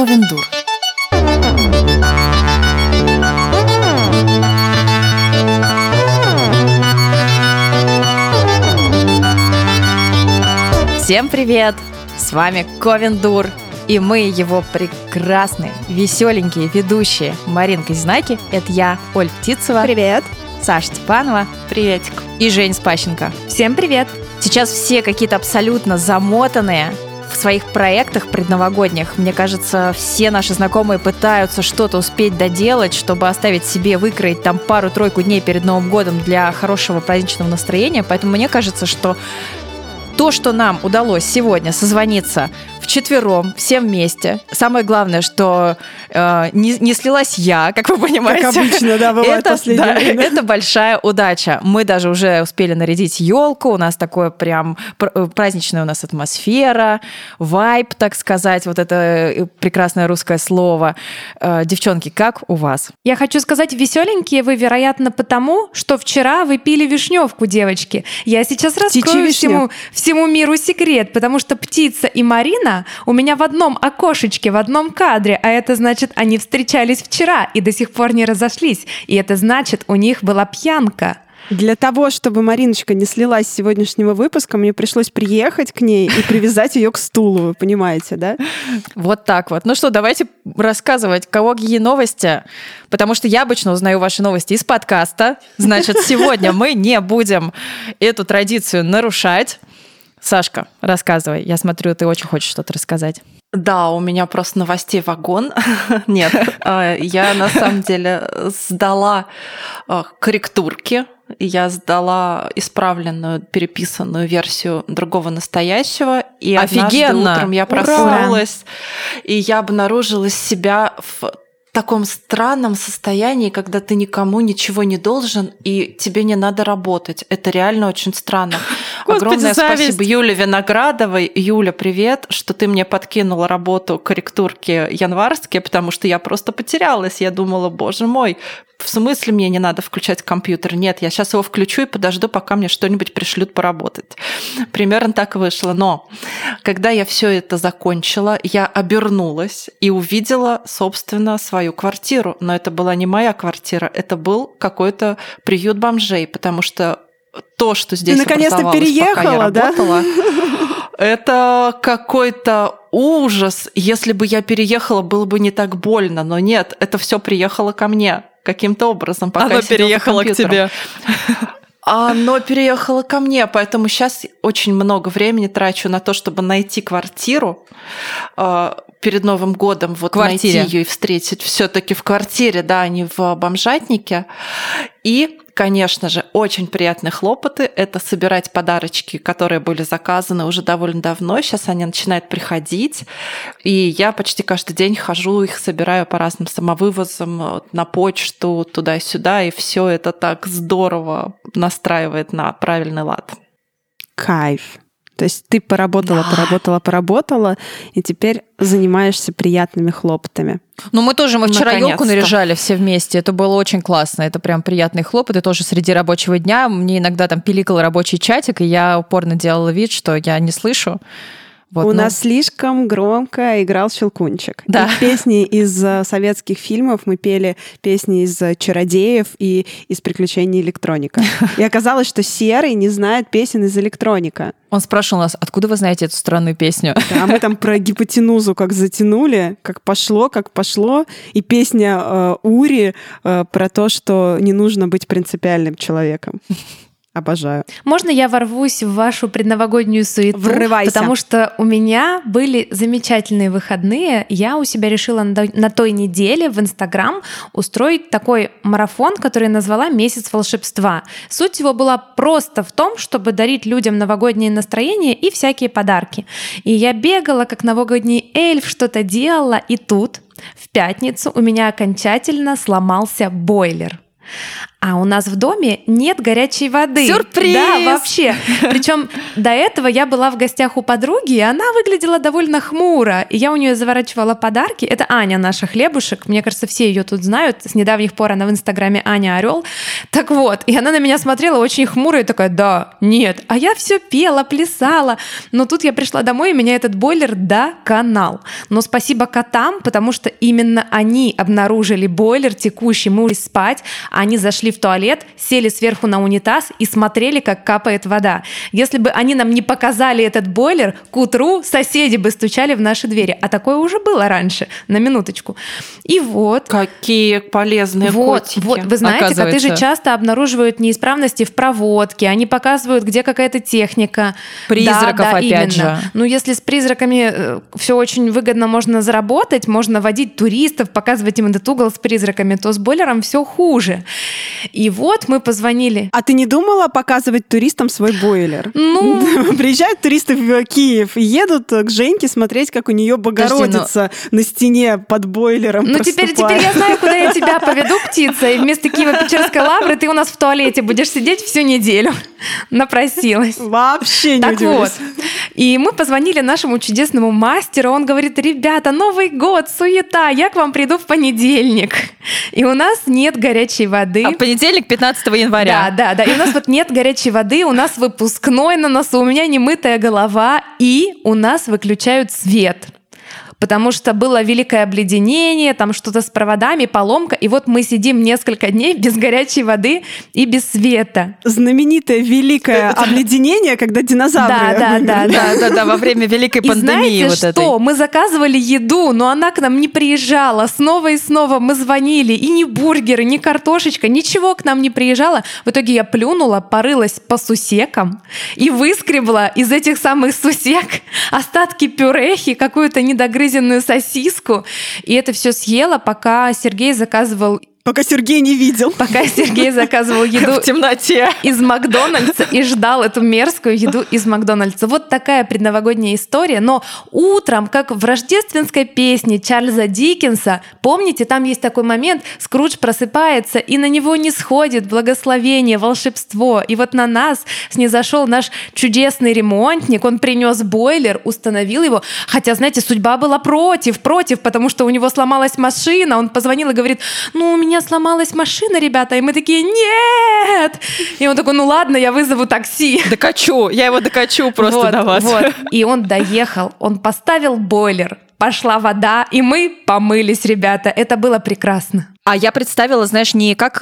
Ковендур. Всем привет! С вами Ковендур, и мы его прекрасные, веселенькие ведущие Маринка Знаки, это я, Оль Птицева. Привет! Саша Степанова. Приветик. И Жень Спащенко. Всем привет! Сейчас все какие-то абсолютно замотанные в своих проектах предновогодних. Мне кажется, все наши знакомые пытаются что-то успеть доделать, чтобы оставить себе, выкроить там пару-тройку дней перед Новым годом для хорошего праздничного настроения. Поэтому мне кажется, что то, что нам удалось сегодня созвониться вчетвером, все вместе. Самое главное, что не слилась я, как вы понимаете. Как обычно, да, бывает последнее время. Это большая удача. Мы даже уже успели нарядить елку, у нас такое прям праздничная у нас атмосфера, вайб, так сказать, вот это прекрасное русское слово. Девчонки, как у вас? Я хочу сказать, веселенькие вы, вероятно, потому, что вчера вы пили вишневку, девочки. Я сейчас раскрою всему миру секрет, потому что Птица и Марина у меня в одном окошечке, в одном кадре, а это значит, они встречались вчера и до сих пор не разошлись. И это значит, у них была пьянка. Для того, чтобы Мариночка не слилась с сегодняшнего выпуска, мне пришлось приехать к ней и привязать ее к стулу, вы понимаете, да? Вот так вот. Ну что, давайте рассказывать, кого какие новости, потому что я обычно узнаю ваши новости из подкаста. Значит, сегодня мы не будем эту традицию нарушать. Сашка, рассказывай. Я смотрю, ты очень хочешь что-то рассказать. Да, у меня просто новостей вагон. Нет, я на самом деле сдала корректурки. Я сдала исправленную, переписанную версию другого настоящего. И однажды утром я проснулась, и я обнаружила себя в таком странном состоянии, когда ты никому ничего не должен, и тебе не надо работать. Это реально очень странно. Господи, огромное зависть. Спасибо Юле Виноградовой. Юля, привет, что ты мне подкинула работу корректурки январские, потому что я просто потерялась. Я думала, боже мой, в смысле мне не надо включать компьютер? Нет, я сейчас его включу и подожду, пока мне что-нибудь пришлют поработать. Примерно так вышло. Но когда я все это закончила, я обернулась и увидела, собственно, свою квартиру. Но это была не моя квартира, это был какой-то приют бомжей, потому что то, что здесь образовалось, пока я работала, это какой-то ужас. Если бы я переехала, было бы не так больно. Но нет, это все приехало ко мне каким-то образом, пока оно я сидела переехало за компьютером. к тебе. Оно переехало ко мне, поэтому сейчас очень много времени трачу на то, чтобы найти квартиру перед Новым годом, вот найти ее и встретить все-таки в квартире, да, а не в бомжатнике. И, конечно же, очень приятные хлопоты – это собирать подарочки, которые были заказаны уже довольно давно. Сейчас они начинают приходить, и я почти каждый день хожу, их собираю по разным самовывозам на почту, туда-сюда, и все это так здорово настраивает на правильный лад. Кайф. То есть ты поработала, и теперь занимаешься приятными хлопотами. Ну, мы вчера елку наряжали все вместе. Это было очень классно. Это прям приятные хлопоты. Тоже среди рабочего дня. Мне иногда там пиликал рабочий чатик, и я упорно делала вид, что я не слышу. Вот, у нас слишком громко играл щелкунчик. Да. И песни из советских фильмов мы пели песни из «Чародеев» и из «Приключений электроника». И оказалось, что Серый не знает песен из электроника. Он спрашивал нас, откуда вы знаете эту странную песню? Да, мы там про гипотенузу как затянули, как пошло. И песня Ури про то, что не нужно быть принципиальным человеком. Обожаю. Можно я ворвусь в вашу предновогоднюю суету? Врывайся. Потому что у меня были замечательные выходные. Я у себя решила на той неделе в Инстаграм устроить такой марафон, который я назвала «Месяц волшебства». Суть его была просто в том, чтобы дарить людям новогоднее настроение и всякие подарки. И я бегала, как новогодний эльф, что-то делала, и тут в пятницу у меня окончательно сломался бойлер. а у нас в доме нет горячей воды. Сюрприз! Да, вообще. Причем до этого я была в гостях у подруги, и она выглядела довольно хмуро. И я у нее заворачивала подарки. Это Аня, наша хлебушек. Мне кажется, все ее тут знают. С недавних пор она в Инстаграме Аня Орел. Так вот, и она на меня смотрела очень хмуро и такая: да, нет. А я все пела, плясала. Но тут я пришла домой, и меня этот бойлер доконал. Но спасибо котам, потому что именно они обнаружили бойлер текущий. Мы ушли спать, они зашли в туалет, сели сверху на унитаз и смотрели, как капает вода. Если бы они нам не показали этот бойлер, к утру соседи бы стучали в наши двери. А такое уже было раньше, на минуточку. И вот. Какие полезные котики. Вот, вы знаете, коты же часто обнаруживают неисправности в проводке, они показывают, где какая-то техника. Призраков, опять же. Ну, если с призраками все очень выгодно можно заработать, можно водить туристов, показывать им этот угол с призраками, то с бойлером все хуже. И вот мы позвонили. А ты не думала показывать туристам свой бойлер? Ну... Приезжают туристы в Киев и едут к Женьке смотреть, как у нее Богородица на стене под бойлером теперь я знаю, куда я тебя поведу, птица, и вместо Киево-Печерской лавры ты у нас в туалете будешь сидеть всю неделю. Напросилась. Вообще не удивлюсь. Вот. И мы позвонили нашему чудесному мастеру, он говорит: ребята, Новый год, суета, я к вам приду в понедельник. И у нас нет горячей воды. А понедельник, 15 января. Да. И у нас вот нет горячей воды, у нас выпускной на носу, у меня немытая голова, и у нас выключают свет. Потому что было великое обледенение, там что-то с проводами, поломка, и вот мы сидим несколько дней без горячей воды и без света. Знаменитое великое обледенение, когда динозавры... Да, во время великой пандемии. И знаете что? Мы заказывали еду, но она к нам не приезжала. Снова и снова мы звонили, и ни бургеры, ни картошечка, ничего к нам не приезжало. В итоге я плюнула, порылась по сусекам и выскребла из этих самых сусек остатки пюрехи, какую-то недогрызенную сосиску, и это все съела, пока Сергей заказывал Пока Сергей не видел. Пока Сергей заказывал еду в темноте из Макдональдса и ждал эту мерзкую еду из Макдональдса. Вот такая предновогодняя история. Но утром, как в рождественской песне Чарльза Диккенса, помните, там есть такой момент, Скрудж просыпается, и на него не сходит благословение, волшебство. И вот на нас снизошел наш чудесный ремонтник, он принес бойлер, установил его. Хотя, знаете, судьба была против, потому что у него сломалась машина. Он позвонил и говорит: у меня сломалась машина, ребята. И мы такие: нет! И он такой: ладно, я вызову такси. Я его докачу просто до вас. И он доехал, он поставил бойлер, пошла вода, и мы помылись, ребята. Это было прекрасно. А я представила, знаешь, не как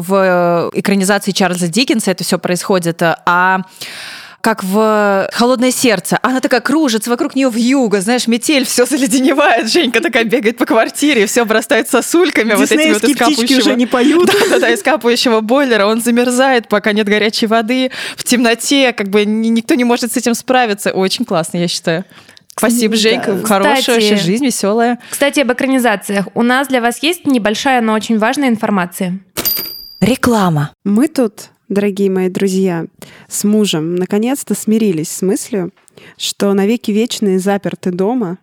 в экранизации Чарльза Диккенса это все происходит, а как в «Холодное сердце». Она такая кружится, вокруг нее вьюга, знаешь, метель, все заледеневает. Женька такая бегает по квартире, все обрастает сосульками. Вот этими вот из птички уже не поют. Да, из капающего бойлера. Он замерзает, пока нет горячей воды. В темноте как бы никто не может с этим справиться. Очень классно, я считаю. Спасибо, Женька. Хорошая вообще жизнь, веселая. Кстати, об экранизациях. У нас для вас есть небольшая, но очень важная информация. Реклама. Мы тут, дорогие мои друзья, с мужем наконец-то смирились с мыслью, что навеки вечные заперты дома.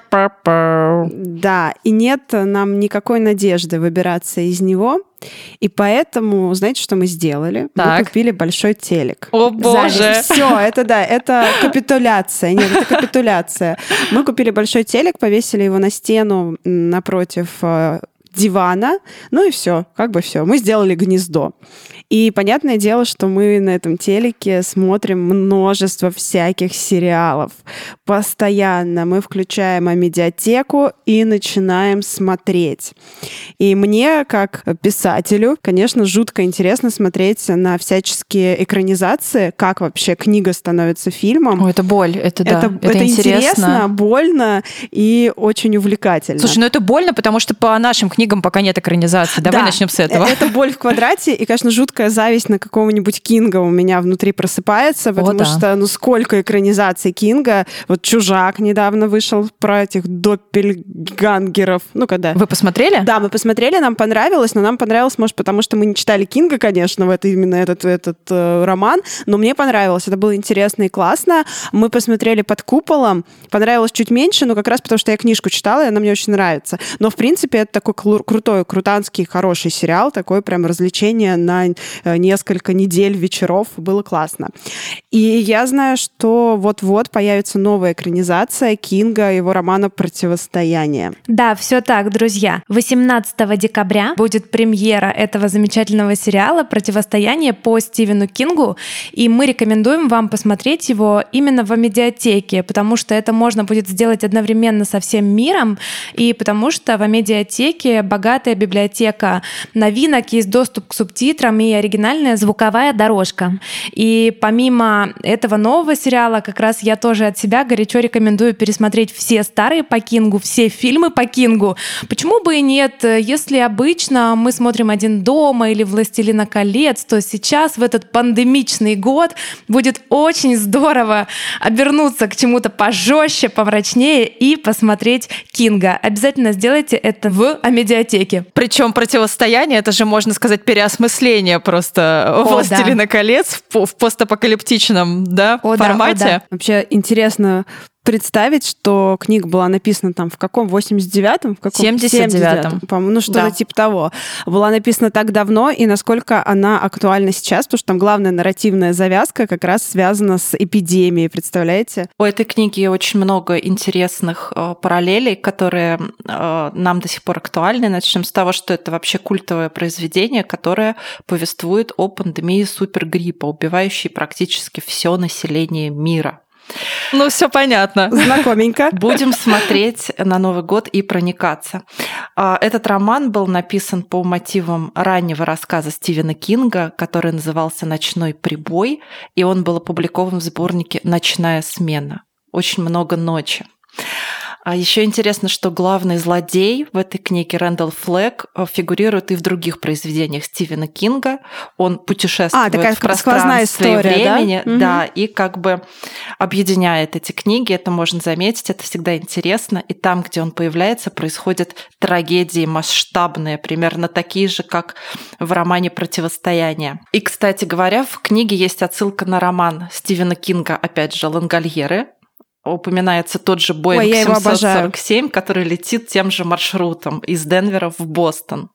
Да, и нет нам никакой надежды выбираться из него. И поэтому, знаете, что мы сделали? Мы купили большой телек. О, боже! Все, это капитуляция. Нет, это капитуляция. Мы купили большой телек, повесили его на стену напротив дивана, и все, все. Мы сделали гнездо. И понятное дело, что мы на этом телеке смотрим множество всяких сериалов. Постоянно мы включаем медиатеку и начинаем смотреть. И мне, как писателю, конечно, жутко интересно смотреть на всяческие экранизации, как вообще книга становится фильмом. Это боль, это интересно, больно и очень увлекательно. Слушай, это больно, потому что по нашим книгам пока нет экранизации. Давай начнем с этого. Это боль в квадрате, и, конечно, жутко жуткая зависть на какого-нибудь Кинга у меня внутри просыпается, потому что, сколько экранизаций Кинга. Вот «Чужак» недавно вышел про этих доппельгангеров. Когда... Вы посмотрели? Да, мы посмотрели, нам понравилось, но нам понравилось, может, потому что мы не читали Кинга, конечно, именно этот роман, но мне понравилось, это было интересно и классно. Мы посмотрели «Под куполом», понравилось чуть меньше, но как раз потому, что я книжку читала, и она мне очень нравится. Но, в принципе, это такой крутой, крутанский, хороший сериал, такое прям развлечение на несколько недель, вечеров, было классно. И я знаю, что вот-вот появится новая экранизация Кинга, его романа «Противостояние». Да, все так, друзья. 18 декабря будет премьера этого замечательного сериала «Противостояние» по Стивену Кингу, и мы рекомендуем вам посмотреть его именно в Амедиатеке, потому что это можно будет сделать одновременно со всем миром, и потому что в Амедиатеке богатая библиотека новинок, есть доступ к субтитрам и оригинальная звуковая дорожка. И помимо этого нового сериала, как раз я тоже от себя горячо рекомендую пересмотреть все старые по Кингу, все фильмы по Кингу. Почему бы и нет? Если обычно мы смотрим «Один дома» или «Властелина колец», то сейчас, в этот пандемичный год, будет очень здорово обернуться к чему-то пожестче, помрачнее и посмотреть Кинга. Обязательно сделайте это в Амедиатеке. Причем «Противостояние» — это же, можно сказать, переосмысление просто «Властелина колец» в постапокалиптичном формате. Вообще интересно представить, что книга была написана там в каком? 89-м? В каком? 79-м. По-моему, что-то типа того. Была написана так давно, и насколько она актуальна сейчас, потому что там главная нарративная завязка как раз связана с эпидемией, представляете? У этой книги очень много интересных параллелей, которые нам до сих пор актуальны. Начнем с того, что это вообще культовое произведение, которое повествует о пандемии супергриппа, убивающей практически все население мира. Все понятно. Знакоменько. Будем смотреть на Новый год и проникаться. Этот роман был написан по мотивам раннего рассказа Стивена Кинга, который назывался «Ночной прибой», и он был опубликован в сборнике «Ночная смена». Очень много ночи. А еще интересно, что главный злодей в этой книге, Рэндалл Флэг, фигурирует и в других произведениях Стивена Кинга. Он путешествует в пространстве и времени, да, и как бы объединяет эти книги. Это можно заметить, это всегда интересно. И там, где он появляется, происходят трагедии масштабные, примерно такие же, как в романе «Противостояние». И, кстати говоря, в книге есть отсылка на роман Стивена Кинга, опять же, «Лангольеры». Упоминается тот же Боинг 747, который летит тем же маршрутом из Денвера в Бостон.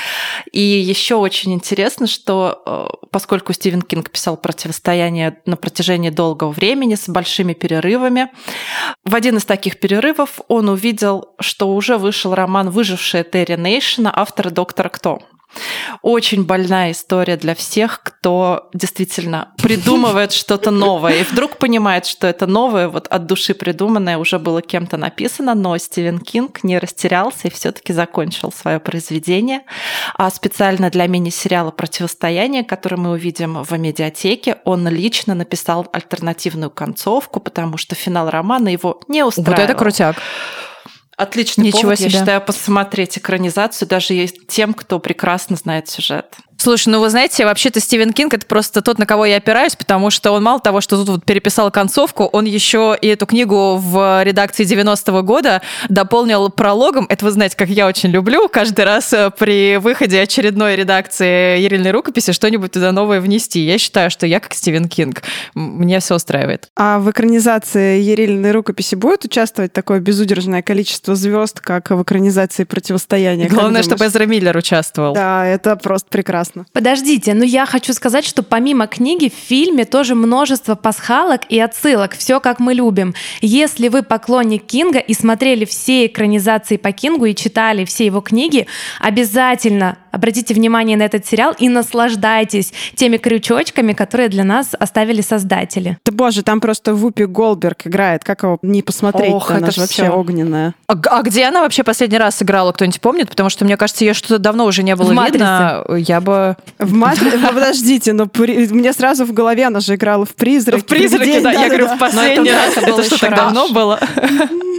И еще очень интересно, что поскольку Стивен Кинг писал «Противостояние» на протяжении долгого времени с большими перерывами, в один из таких перерывов он увидел, что уже вышел роман «Выжившая Терри Нейшена» автора «Доктора Кто». Очень больная история для всех, кто действительно придумывает что-то новое и вдруг понимает, что это новое, от души придуманное уже было кем-то написано, но Стивен Кинг не растерялся и все-таки закончил свое произведение. А специально для мини-сериала «Противостояние», который мы увидим в Амедиатеке, он лично написал альтернативную концовку, потому что финал романа его не устраивал. Вот это крутяк. Отличный повод, я считаю, посмотреть экранизацию даже тем, кто прекрасно знает сюжет. Слушай, вы знаете, вообще-то Стивен Кинг — это просто тот, на кого я опираюсь, потому что он мало того, что тут переписал концовку, он еще и эту книгу в редакции 90-го года дополнил прологом. Это вы знаете, как я очень люблю каждый раз при выходе очередной редакции Ерильной рукописи что-нибудь туда новое внести. Я считаю, что я как Стивен Кинг. Меня все устраивает. А в экранизации Ерильной рукописи будет участвовать такое безудержное количество звезд, как в экранизации «Противостояния»? Главное, чтобы Эзра Миллер участвовал. Да, это просто прекрасно. Подождите, я хочу сказать, что помимо книги в фильме тоже множество пасхалок и отсылок, все как мы любим. Если вы поклонник Кинга и смотрели все экранизации по Кингу и читали все его книги, обязательно обратите внимание на этот сериал и наслаждайтесь теми крючочками, которые для нас оставили создатели. Да боже, там просто Вупи Голдберг играет, как его не посмотреть-то, она же вообще огненная. А где она вообще последний раз играла, кто-нибудь помнит? Потому что, мне кажется, ее что-то давно уже не было видно. Я бы... В «Матрице»? Подождите, мне сразу в голове, она же играла в «Призраке». В «Призраке», да. Я говорю, в последний раз. Это что, так давно было?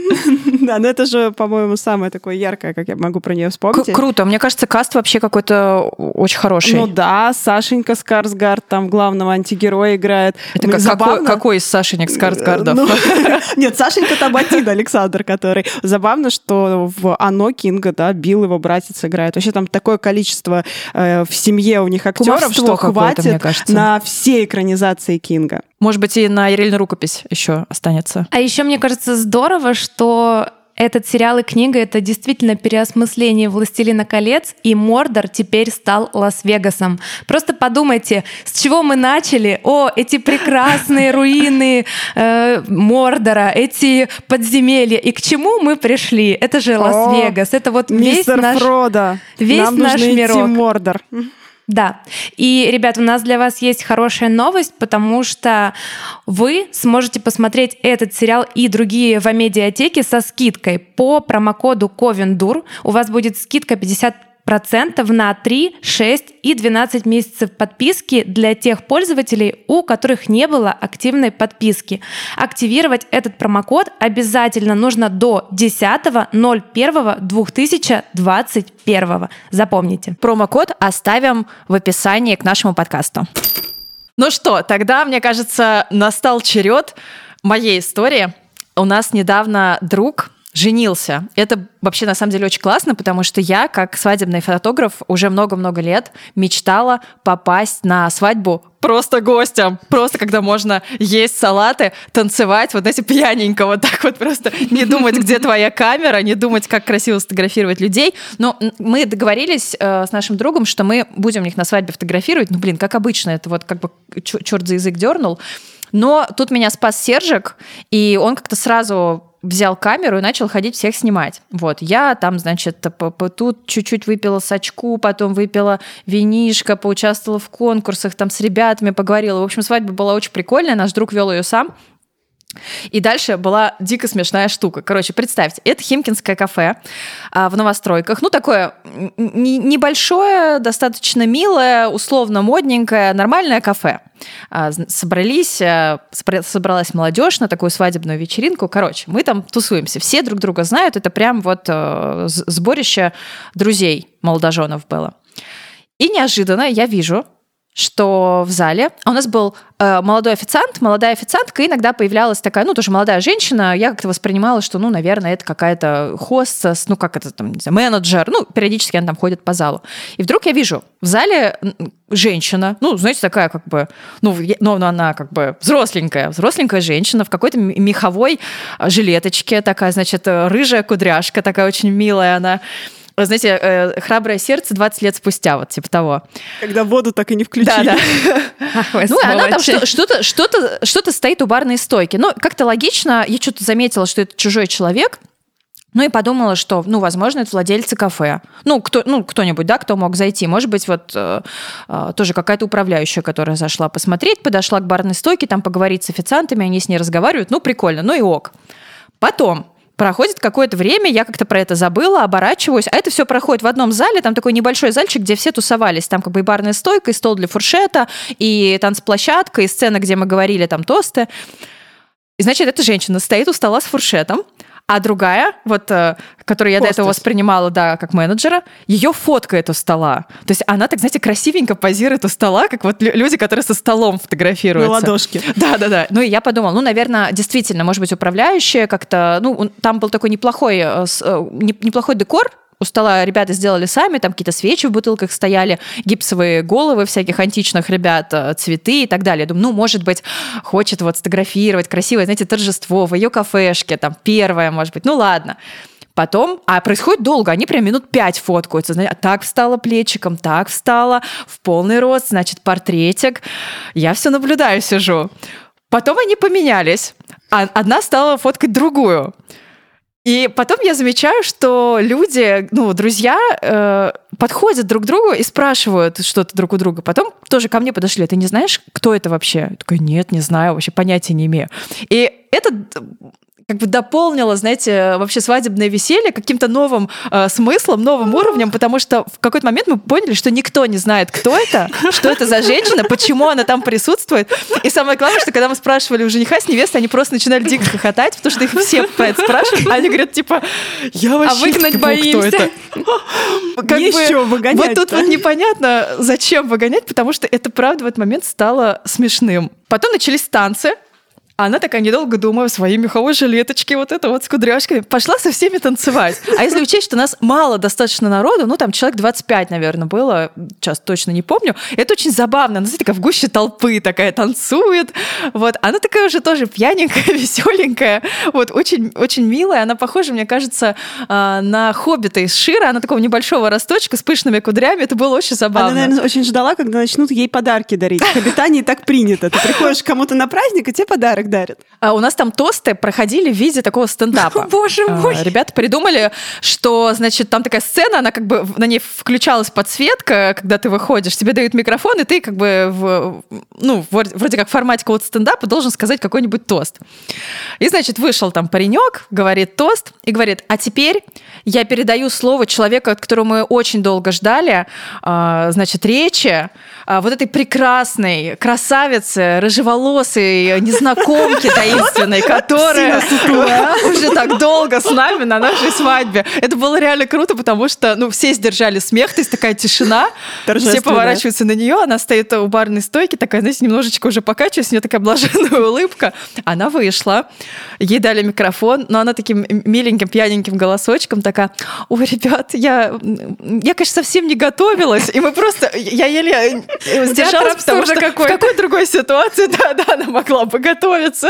Да, но это же, по-моему, самое такое яркое, как я могу про нее вспомнить. Круто. Мне кажется, каст вообще какой-то очень хороший. Ну да, Сашенька Скарсгард там главного антигероя играет. Это какой из Сашенек Скарсгардов? Нет, Сашенька Табатин, Александр, который. Забавно, что в «Оно» Кинга, да, Билл, его братец, играет. Вообще там такое количество в семье у них актеров, что хватит на все экранизации Кинга. Может быть, и на Ирельну рукопись еще останется. А еще, мне кажется, здорово, что этот сериал и книга — это действительно переосмысление «Властелина колец», и Мордор теперь стал Лас-Вегасом. Просто подумайте, с чего мы начали? Эти прекрасные руины Мордора, эти подземелья. И к чему мы пришли? Это же Лас-Вегас. Это вот весь наш... Фродо, весь нам наш нужно мирок. идти в Мордор. Да. И, ребят, у нас для вас есть хорошая новость, потому что вы сможете посмотреть этот сериал и другие в Амедиатеке со скидкой по промокоду Ковендур. У вас будет скидка 50% на 3, 6 и 12 месяцев подписки для тех пользователей, у которых не было активной подписки. Активировать этот промокод обязательно нужно до 10.01.2021. Запомните. Промокод оставим в описании к нашему подкасту. Ну что, тогда, мне кажется, настал черед моей истории. У нас недавно друг женился. Это вообще на самом деле очень классно, потому что я, как свадебный фотограф, уже много-много лет мечтала попасть на свадьбу просто гостем. Просто когда можно есть салаты, танцевать, вот знаете, пьяненько, вот так вот просто не думать, где твоя камера, не думать, как красиво сфотографировать людей. Но мы договорились с нашим другом, что мы будем их на свадьбе фотографировать. Ну, блин, как обычно, это вот как бы черт за язык дернул. Но тут меня спас Сержик, и он как-то сразу взял камеру и начал ходить всех снимать. Вот, я там, значит, тут чуть-чуть выпила сачку, потом выпила винишко, поучаствовала в конкурсах, там с ребятами поговорила. В общем, свадьба была очень прикольная, наш друг вел ее сам. И дальше была дико смешная штука. Короче, представьте, это химкинское кафе в новостройках. Ну, такое небольшое, достаточно милое, условно модненькое, нормальное кафе. Собралась молодежь на такую свадебную вечеринку. Короче, мы там тусуемся. Все друг друга знают. Это прям вот сборище друзей молодоженов было. И неожиданно я вижу, что в зале у нас был молодой официант, молодая официантка, и иногда появлялась такая, тоже молодая женщина. Я как-то воспринимала, что, наверное, это какая-то хостес, как это там, не знаю, менеджер. Периодически она там ходит по залу. И вдруг я вижу в зале женщина, знаете, такая как бы, она как бы взросленькая женщина в какой-то меховой жилеточке, такая, значит, рыжая кудряшка, такая очень милая она. Знаете, «Храброе сердце» 20 лет спустя, вот типа того. Когда воду так и не включили. Да. Она там что-то стоит у барной стойки. Как-то логично, я что-то заметила, что это чужой человек, и подумала, что, возможно, это владельцы кафе. Кто-нибудь, да, кто мог зайти. Может быть, вот тоже какая-то управляющая, которая зашла посмотреть, подошла к барной стойке, там поговорить с официантами, они с ней разговаривают. Прикольно, и ок. Потом проходит какое-то время, я как-то про это забыла, оборачиваюсь, а это все проходит в одном зале, там такой небольшой зальчик, где все тусовались, там как бы и барная стойка, и стол для фуршета, и танцплощадка, и сцена, где мы говорили там тосты. И, значит, эта женщина стоит у стола с фуршетом, а другая, которую я до этого воспринимала, да, как менеджера, ее фоткает у стола. То есть она так, знаете, красивенько позирует у стола, как вот люди, которые со столом фотографируются. На ладошке. Да. И я подумала, наверное, действительно, может быть, управляющая как-то... там был такой неплохой декор, у стола ребята сделали сами, там какие-то свечи в бутылках стояли, гипсовые головы всяких античных ребят, цветы и так далее. Думаю, может быть, хочет сфотографировать красивое, знаете, торжество в ее кафешке, там, первое, может быть. Ладно. Потом, происходит долго, они прям минут 5 фоткаются. Так встала плечиком, так встала, в полный рост, значит, портретик. Я все наблюдаю, сижу. Потом они поменялись. Одна стала фоткать другую. И потом я замечаю, что люди, друзья, подходят друг к другу и спрашивают что-то друг у друга. Потом тоже ко мне подошли. Ты не знаешь, кто это вообще? Я такая, нет, не знаю, вообще понятия не имею. И это как бы дополнила, знаете, вообще свадебное веселье каким-то новым смыслом, новым уровнем, потому что в какой-то момент мы поняли, что никто не знает, кто это, что это за женщина, почему она там присутствует. И самое главное, что когда мы спрашивали у жениха с невестой, они просто начинали дико хохотать, потому что их все про это спрашивают. Они говорят, типа, я вообще выгнать боимся. Еще выгонять. Вот тут вот непонятно, зачем выгонять, потому что это, правда, в этот момент стало смешным. Потом начались танцы. Она такая, недолго думая, в своей меховой жилеточке, вот это вот с кудряшками, пошла со всеми танцевать. А если учесть, что нас мало достаточно народу, ну, там человек 25, наверное, было, сейчас точно не помню, это очень забавно. Она, знаете, такая в гуще толпы такая танцует. Вот. Она такая уже тоже пьяненькая, веселенькая, вот, очень, очень милая. Она похожа, мне кажется, на хоббита из Шира. Она такого небольшого росточка с пышными кудрями. Это было очень забавно. Она, наверное, очень ждала, когда начнут ей подарки дарить. В Хоббитании так принято. Ты приходишь к кому-то на праздник, и тебе подарок дарят. У нас там тосты проходили в виде такого стендапа. Боже мой! Ребята придумали, что, значит, там такая сцена, она как бы, на ней включалась подсветка, когда ты выходишь, тебе дают микрофон, и ты как бы, вроде как в формате какого-то стендапа должен сказать какой-нибудь тост. И, значит, вышел там паренек, говорит тост, и говорит, а теперь я передаю слово человеку, от которого мы очень долго ждали, значит, речи, вот этой прекрасной красавице, рыжеволосой, незнакомки таинственной, которая уже так долго с нами на нашей свадьбе. Это было реально круто, потому что, все сдержали смех, то есть такая тишина, все поворачиваются на нее, она стоит у барной стойки, такая, знаете, немножечко уже покачивается, у нее такая блаженная улыбка. Она вышла, ей дали микрофон, но она таким миленьким, пьяненьким голосочком такая, ой, ребят, я, конечно, совсем не готовилась, и мы просто, я еле сдержалась, потому что в какой другой ситуации, да, она могла бы готовиться.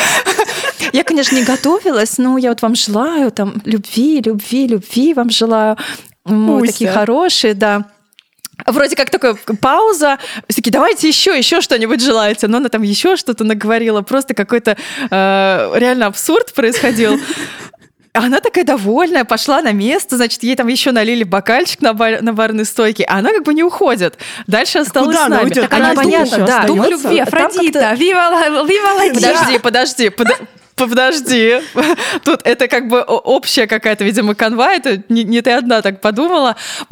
Я, конечно, не готовилась, но я вот вам желаю там любви вам желаю. Мы такие хорошие, да. Вроде как такая пауза, все такие, давайте еще что-нибудь желаете. Но она там еще что-то наговорила, просто какой-то реально абсурд происходил. Она такая довольная, пошла на место, значит, ей там еще налили бокальчик на барной стойке, а она как бы не уходит. Дальше осталась с нами. Уйдет? Она понятно, да. Дух любви, Афродита, вива ладья. Подожди. Тут это как бы общая какая-то, видимо, канва, это не ты одна так подумала.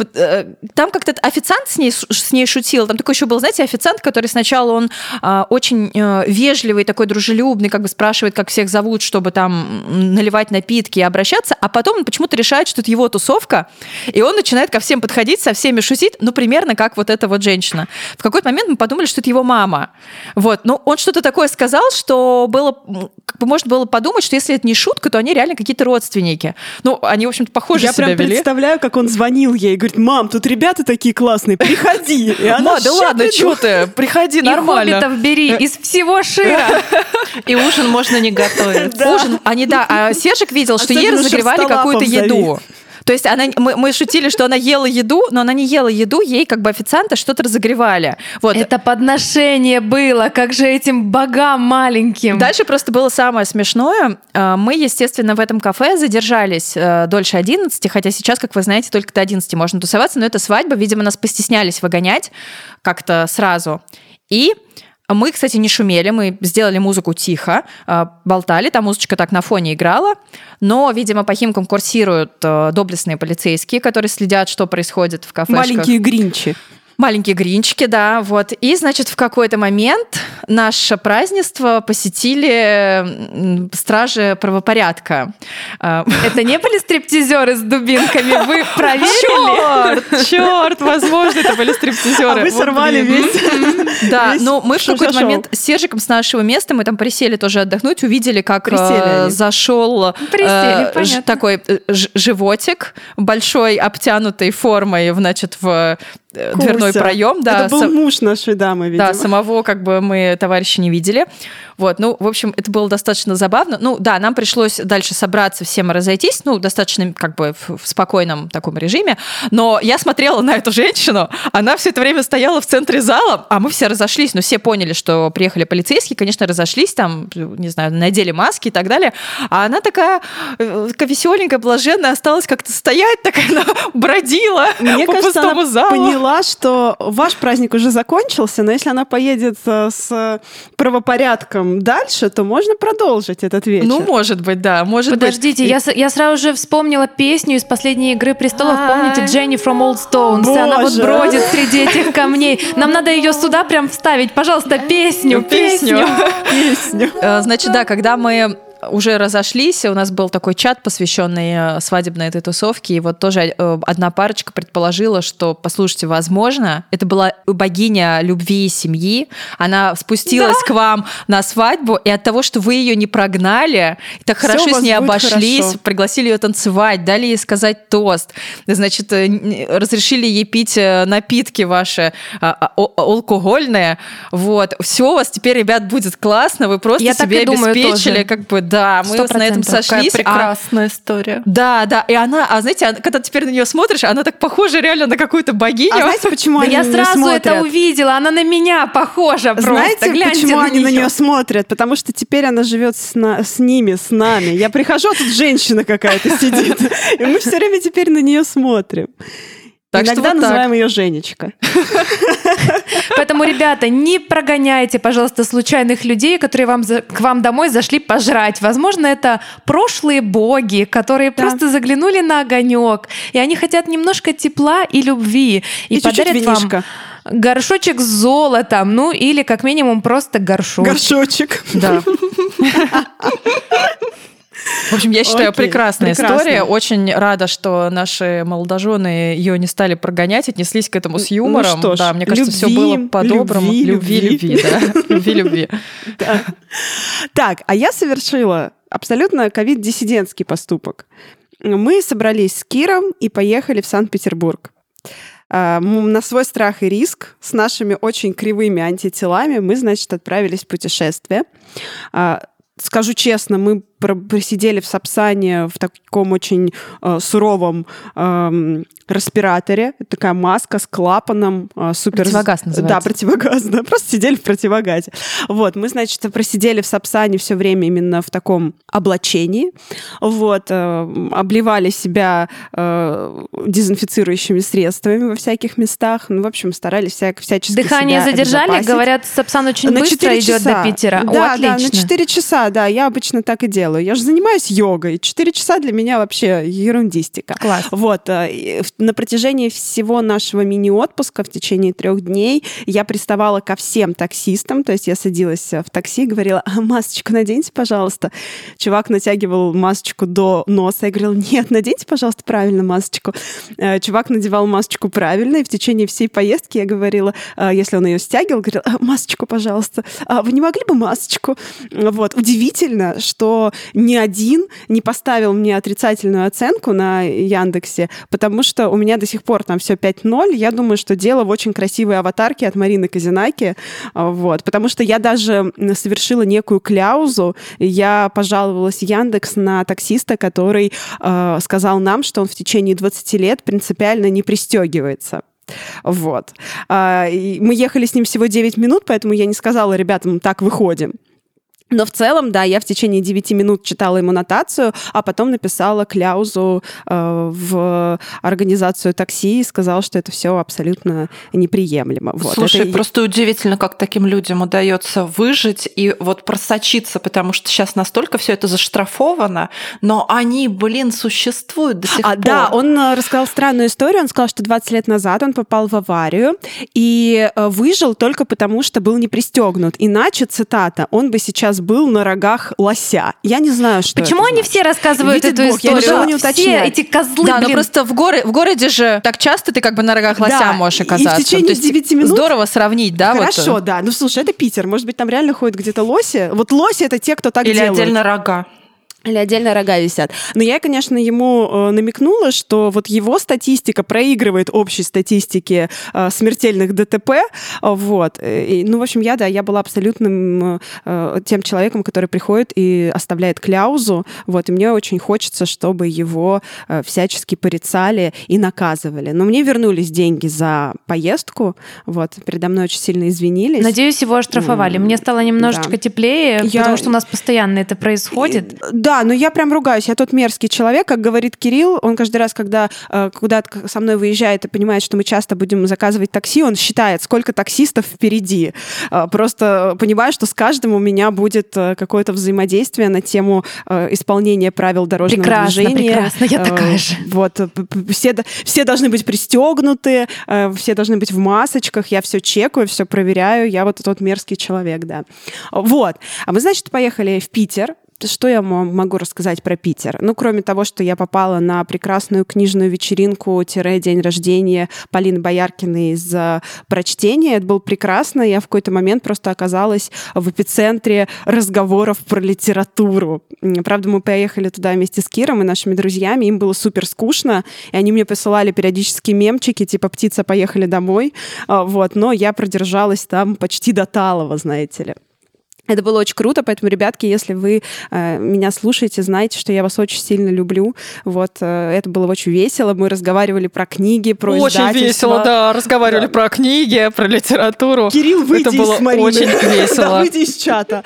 Там как-то официант с ней шутил. Там такой еще был, знаете, официант, который сначала он очень вежливый, такой дружелюбный, как бы спрашивает, как всех зовут, чтобы там наливать напитки и обращаться, а потом он почему-то решает, что это его тусовка, и он начинает ко всем подходить, со всеми шутить, примерно как вот эта вот женщина. В какой-то момент мы подумали, что это его мама. Вот. Но он что-то такое сказал, что было, как бы можно было подумать, что если это не шутка, то они реально какие-то родственники. Они, в общем-то, похоже себя вели. Я прям представляю, как он звонил ей и говорит, мам, тут ребята такие классные, приходи. Ма, да ладно, что ты, приходи, нормально. И хоббитов бери из всего Шира. И ужин можно не готовить. Ужин, а Сержик видел, что ей разогревали какую-то еду. То есть мы шутили, что она ела еду, но она не ела еду, ей как бы официанты что-то разогревали. Вот. Это подношение было, как же этим богам маленьким. Дальше просто было самое смешное. Мы, естественно, в этом кафе задержались дольше 11, хотя сейчас, как вы знаете, только до 11 можно тусоваться, но это свадьба, видимо, нас постеснялись выгонять как-то сразу. И мы, кстати, не шумели, мы сделали музыку тихо, болтали, там музычка так на фоне играла, но, видимо, по Химкам курсируют доблестные полицейские, которые следят, что происходит в кафешках. Маленькие гринчи. Маленькие гринчики, да, вот. И, значит, в какой-то момент наше празднество посетили стражи правопорядка. Это не были стриптизеры с дубинками? Вы проверили? Черт, возможно, это были стриптизеры. А вы сорвали весь. Да, но мы в какой-то момент с Сержиком с нашего места, мы там присели тоже отдохнуть, увидели, как зашел такой животик большой, обтянутый формой, значит, в дверной проем. Да, это был муж нашей дамы, видимо. Да, самого как бы мы товарища не видели. Вот, в общем, это было достаточно забавно. Нам пришлось дальше собраться, всем разойтись, достаточно как бы в спокойном таком режиме. Но я смотрела на эту женщину, она все это время стояла в центре зала, а мы все разошлись, все поняли, что приехали полицейские, конечно, разошлись, там, не знаю, надели маски и так далее. А она такая веселенькая, блаженная, осталась как-то стоять, такая бродила по пустому залу. Поняла, поняла, что ваш праздник уже закончился, но если она поедет с правопорядком дальше, то можно продолжить этот вечер. Ну, может быть, да. Подождите, я сразу же вспомнила песню из последней «Игры престолов». Помните Дженни from Old Stones? Боже. Она вот бродит среди этих камней. Нам надо ее сюда прям вставить. Пожалуйста, песню. Значит, да, когда мы уже разошлись, у нас был такой чат, посвященный свадебной этой тусовке, и вот тоже одна парочка предположила, что, послушайте, возможно, это была богиня любви и семьи, она спустилась к вам на свадьбу, и от того, что вы ее не прогнали, так хорошо с ней обошлись, пригласили ее танцевать, дали ей сказать тост, значит, разрешили ей пить напитки ваши алкогольные, вот, все у вас теперь, ребят, будет классно, вы просто себе обеспечили, как бы, да, мы на этом сошлись. Какая прекрасная история. Да, и она, знаете, когда теперь на нее смотришь, она так похожа реально на какую-то богиню. А знаете, почему они я на нее сразу смотрят? это увидела, она на меня похожа просто. Знаете, гляньте почему они на нее нее смотрят? Потому что теперь она живет с ними, с нами. Я прихожу, а тут женщина какая-то сидит, и мы все время теперь на нее смотрим. Так Иногда что называем ее Женечка. Поэтому, ребята, не прогоняйте, пожалуйста, случайных людей, которые к вам домой зашли пожрать. Возможно, это прошлые боги, которые просто заглянули на огонек, и они хотят немножко тепла и любви. И подарят вам горшочек с золотом, ну или как минимум просто горшочек. Горшочек. Да. В общем, я считаю, прекрасная история. Очень рада, что наши молодожены ее не стали прогонять, отнеслись к этому с юмором. Ну что ж, да, мне кажется, все было по-доброму. Любви. Так, а я совершила абсолютно ковид-диссидентский поступок. Мы собрались с Киром и поехали в Санкт-Петербург. На свой страх и риск с нашими очень кривыми антителами мы, значит, отправились в путешествие. Скажу честно, мы просидели в Сапсане в таком очень суровом респираторе. Это такая маска с клапаном. Супер... Противогаз называется. Да, противогаз. Да, просто сидели в противогазе. Вот, мы, значит, просидели в Сапсане все время именно в таком облачении. Вот, обливали себя дезинфицирующими средствами во всяких местах. Ну, в общем, старались всячески Дыхание себя задержали? обезопасить. Говорят, Сапсан очень быстро идет до Питера. Да, отлично. Да, на 4 часа, да, я обычно так и делаю. Я же занимаюсь йогой. 4 часа для меня вообще ерундистика. Класс. Вот. На протяжении всего нашего мини-отпуска в течение 3 дней я приставала ко всем таксистам. То есть я садилась в такси и говорила: масочку наденьте, пожалуйста. Чувак натягивал масочку до носа. Я говорила: нет, наденьте, пожалуйста, правильно масочку. Чувак надевал масочку правильно. И в течение всей поездки я говорила, если он ее стягивал, говорила: масочку, пожалуйста. Вы не могли бы масочку? Вот. Удивительно, что ни один не поставил мне отрицательную оценку на Яндексе, потому что у меня до сих пор там все 5.0. Я думаю, что дело в очень красивой аватарке от Марины Козинаки. Вот. Потому что я даже совершила некую кляузу. Я пожаловалась в Яндекс на таксиста, который сказал нам, что он в течение 20 лет принципиально не пристегивается. Вот. Мы ехали с ним всего 9 минут, поэтому я не сказала ребятам: так, выходим. Но в целом, да, я в течение 9 минут читала ему нотацию, а потом написала кляузу в организацию такси и сказала, что это все абсолютно неприемлемо. Вот. Слушай, это... просто удивительно, как таким людям удается выжить и вот просочиться, потому что сейчас настолько все это заштрафовано, но они, существуют до сих пор. Да, он рассказал странную историю. Он сказал, что 20 лет назад он попал в аварию и выжил только потому, что был не пристегнут. Иначе, цитата, он бы сейчас был на рогах лося. Я не знаю, что Почему это они значит. все рассказывают Видит эту Бог, я историю? решила не Все уточнять. эти козлы, Да, но просто в городе же так часто ты как бы на рогах лося можешь оказаться. И в течение 9 минут... Здорово сравнить, да? Хорошо, вот. да. Ну, слушай, это Питер. Может быть, там реально ходят где-то лоси? Вот лоси — это те, кто так Или делают. отдельно рога. Или отдельно рога висят. Но я, конечно, ему намекнула, что вот его статистика проигрывает общей статистике смертельных ДТП. Вот. В общем, я была абсолютным тем человеком, который приходит и оставляет кляузу. Вот. И мне очень хочется, чтобы его всячески порицали и наказывали. Но мне вернулись деньги за поездку. Вот. Передо мной очень сильно извинились. Надеюсь, его оштрафовали. Мне стало немножечко теплее, потому что у нас постоянно это происходит. Да, Да, но я прям ругаюсь. Я тот мерзкий человек, как говорит Кирилл. Он каждый раз, когда куда-то со мной выезжает и понимает, что мы часто будем заказывать такси, он считает, сколько таксистов впереди. Просто понимаю, что с каждым у меня будет какое-то взаимодействие на тему исполнения правил дорожного движения. Прекрасно, я такая же. Вот, все должны быть пристегнуты, все должны быть в масочках, я все чекаю, все проверяю, я вот тот мерзкий человек, да. Вот. А мы, значит, поехали в Питер. Что я могу рассказать про Питер? Ну, кроме того, что я попала на прекрасную книжную вечеринку-день рождения Полины Бояркиной из прочтения. Это было прекрасно. Я в какой-то момент просто оказалась в эпицентре разговоров про литературу. Правда, мы поехали туда вместе с Киром и нашими друзьями. Им было супер скучно, и они мне посылали периодически мемчики, типа «Птица, поехали домой». Вот. Но я продержалась там почти до Талова, знаете ли. Это было очень круто, поэтому, ребятки, если вы меня слушаете, знайте, что я вас очень сильно люблю. Вот, это было очень весело. Мы разговаривали про книги, про издательства. Очень весело, да. Разговаривали про книги, про литературу. Кирилл, выйди из Марины. Очень весело. Да, выйди из чата.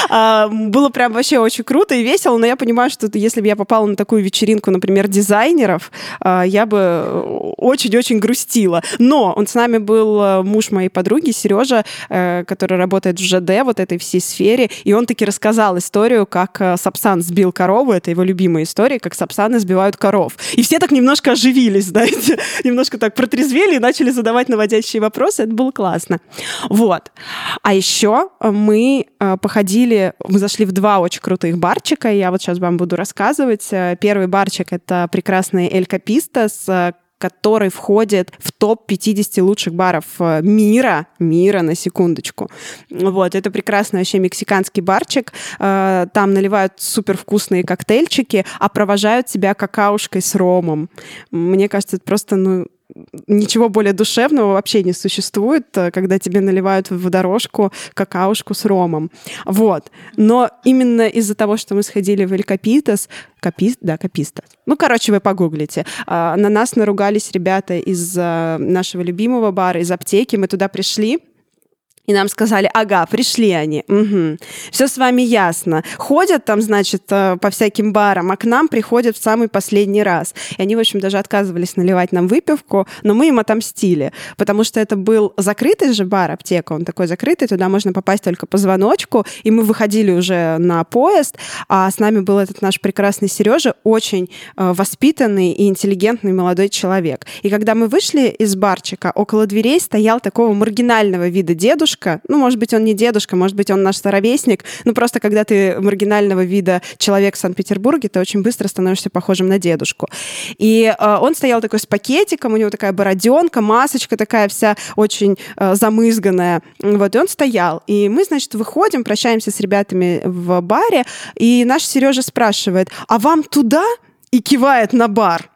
Было прям вообще очень круто и весело, но я понимаю, что если бы я попала на такую вечеринку, например, дизайнеров, я бы очень-очень грустила. Но он с нами был муж моей подруги, Сережа, который работает в ЖД, вот этой всей сфере, и он таки рассказал историю, как Сапсан сбил корову, это его любимая история, как Сапсаны сбивают коров. И все так немножко оживились, знаете, немножко так протрезвели и начали задавать наводящие вопросы, это было классно. Вот. А еще мы походили, мы зашли в 2 очень крутых барчика, я вот сейчас вам буду рассказывать. Первый барчик — это прекрасный Эль Каписта, который входит в топ-50 лучших баров мира, на секундочку. Вот, это прекрасный вообще мексиканский барчик. Там наливают супервкусные коктейльчики, а провожают тебя какаушкой с ромом. Мне кажется, это просто, ничего более душевного вообще не существует, когда тебе наливают в дорожку какаушку с ромом. Вот. Но именно из-за того, что мы сходили в Эль Капистас, Капистас. Вы погуглите. На нас наругались ребята из нашего любимого бара, из аптеки. Мы туда пришли, и нам сказали: ага, пришли они. Угу. Все с вами ясно. Ходят там, значит, по всяким барам, а к нам приходят в самый последний раз. И они, в общем, даже отказывались наливать нам выпивку, но мы им отомстили, потому что это был закрытый же бар, аптека, он такой закрытый, туда можно попасть только по звоночку, и мы выходили уже на поезд, а с нами был этот наш прекрасный Сережа, очень воспитанный и интеллигентный молодой человек. И когда мы вышли из барчика, около дверей стоял такого маргинального вида дедушка. Может быть, он не дедушка, может быть, он наш ровесник. Просто когда ты маргинального вида человек в Санкт-Петербурге, ты очень быстро становишься похожим на дедушку. И он стоял такой с пакетиком, у него такая бороденка, масочка такая вся очень замызганная. Вот, и он стоял. И мы, значит, выходим, прощаемся с ребятами в баре, и наш Сережа спрашивает: а вам туда? И кивает на бар.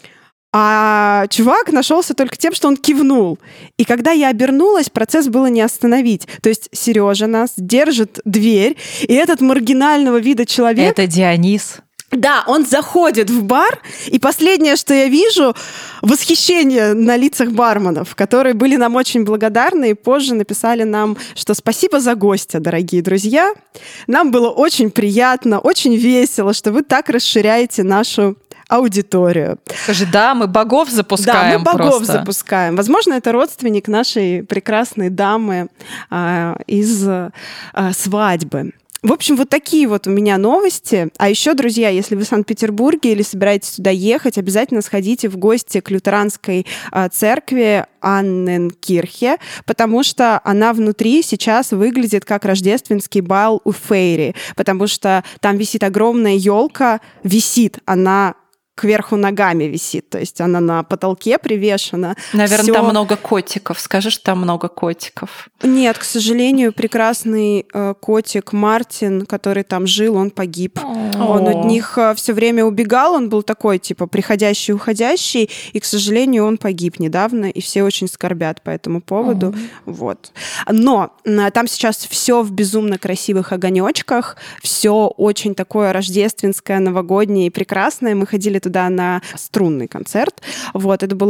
А чувак нашелся только тем, что он кивнул. И когда я обернулась, процесс было не остановить. То есть Сережа нас держит дверь, и этот маргинального вида человек... Это Дионис. Да, он заходит в бар, и последнее, что я вижу, восхищение на лицах барменов, которые были нам очень благодарны и позже написали нам, что спасибо за гостя, дорогие друзья. Нам было очень приятно, очень весело, что вы так расширяете нашу аудиторию. Скажи, да, мы богов запускаем. Да, мы богов запускаем. Возможно, это родственник нашей прекрасной дамы из свадьбы. В общем, вот такие вот у меня новости. А еще, друзья, если вы в Санкт-Петербурге или собираетесь туда ехать, обязательно сходите в гости к лютеранской церкви Анненкирхе, потому что она внутри сейчас выглядит как рождественский бал у Фейри, потому что там висит огромная елка, она кверху ногами висит, то есть она на потолке привешена. Наверное, там много котиков. Скажи, что там много котиков. Нет, к сожалению, прекрасный котик Мартин, который там жил, он погиб. Он от них все время убегал, он был такой, типа, приходящий, уходящий, и, к сожалению, он погиб недавно, и все очень скорбят по этому поводу. Вот. Но там сейчас все в безумно красивых огонечках, все очень такое рождественское, новогоднее и прекрасное. Мы ходили туда на струнный концерт. Вот, это было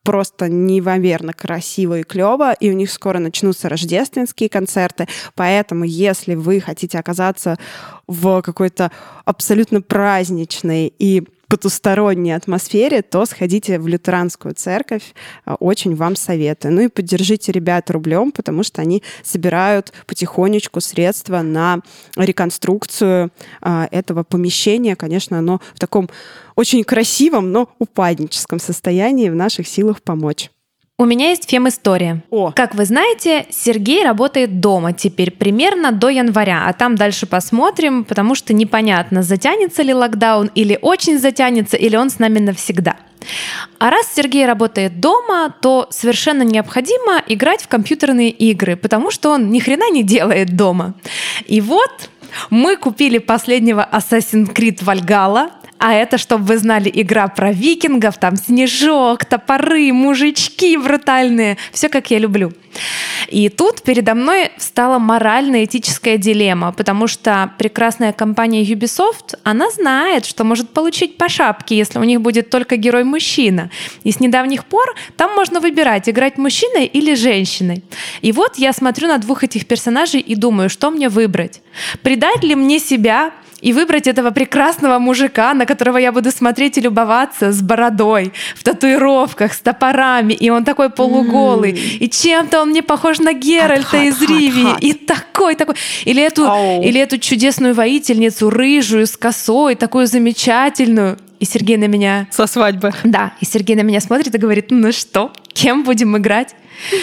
просто неимоверно красиво и клево, и у них скоро начнутся рождественские концерты, поэтому если вы хотите оказаться в какой-то абсолютно праздничной и потусторонней атмосфере, то сходите в лютеранскую церковь, очень вам советую. Ну и поддержите ребят рублем, потому что они собирают потихонечку средства на реконструкцию этого помещения. Конечно, оно в таком очень красивом, но упадническом состоянии, в наших силах помочь. У меня есть фем-история. О. Как вы знаете, Сергей работает дома теперь примерно до января, а там дальше посмотрим, потому что непонятно, затянется ли локдаун или очень затянется, или он с нами навсегда. А раз Сергей работает дома, то совершенно необходимо играть в компьютерные игры, потому что он ни хрена не делает дома. И вот мы купили последнего Assassin's Creed Valhalla. А это, чтобы вы знали, игра про викингов, там снежок, топоры, мужички брутальные. Все, как я люблю. И тут передо мной встала морально-этическая дилемма, потому что прекрасная компания Ubisoft, она знает, что может получить по шапке, если у них будет только герой-мужчина. И с недавних пор там можно выбирать, играть мужчиной или женщиной. И вот я смотрю на двух этих персонажей и думаю, что мне выбрать? Предать ли мне себя и выбрать этого прекрасного мужика, на которого я буду смотреть и любоваться, с бородой, в татуировках, с топорами, и он такой полуголый, и чем-то он мне похож на Геральта из Ривии, и такой. Или эту чудесную воительницу, рыжую, с косой, такую замечательную. И Сергей на меня... Со свадьбы. Да, и Сергей на меня смотрит и говорит, ну что, кем будем играть?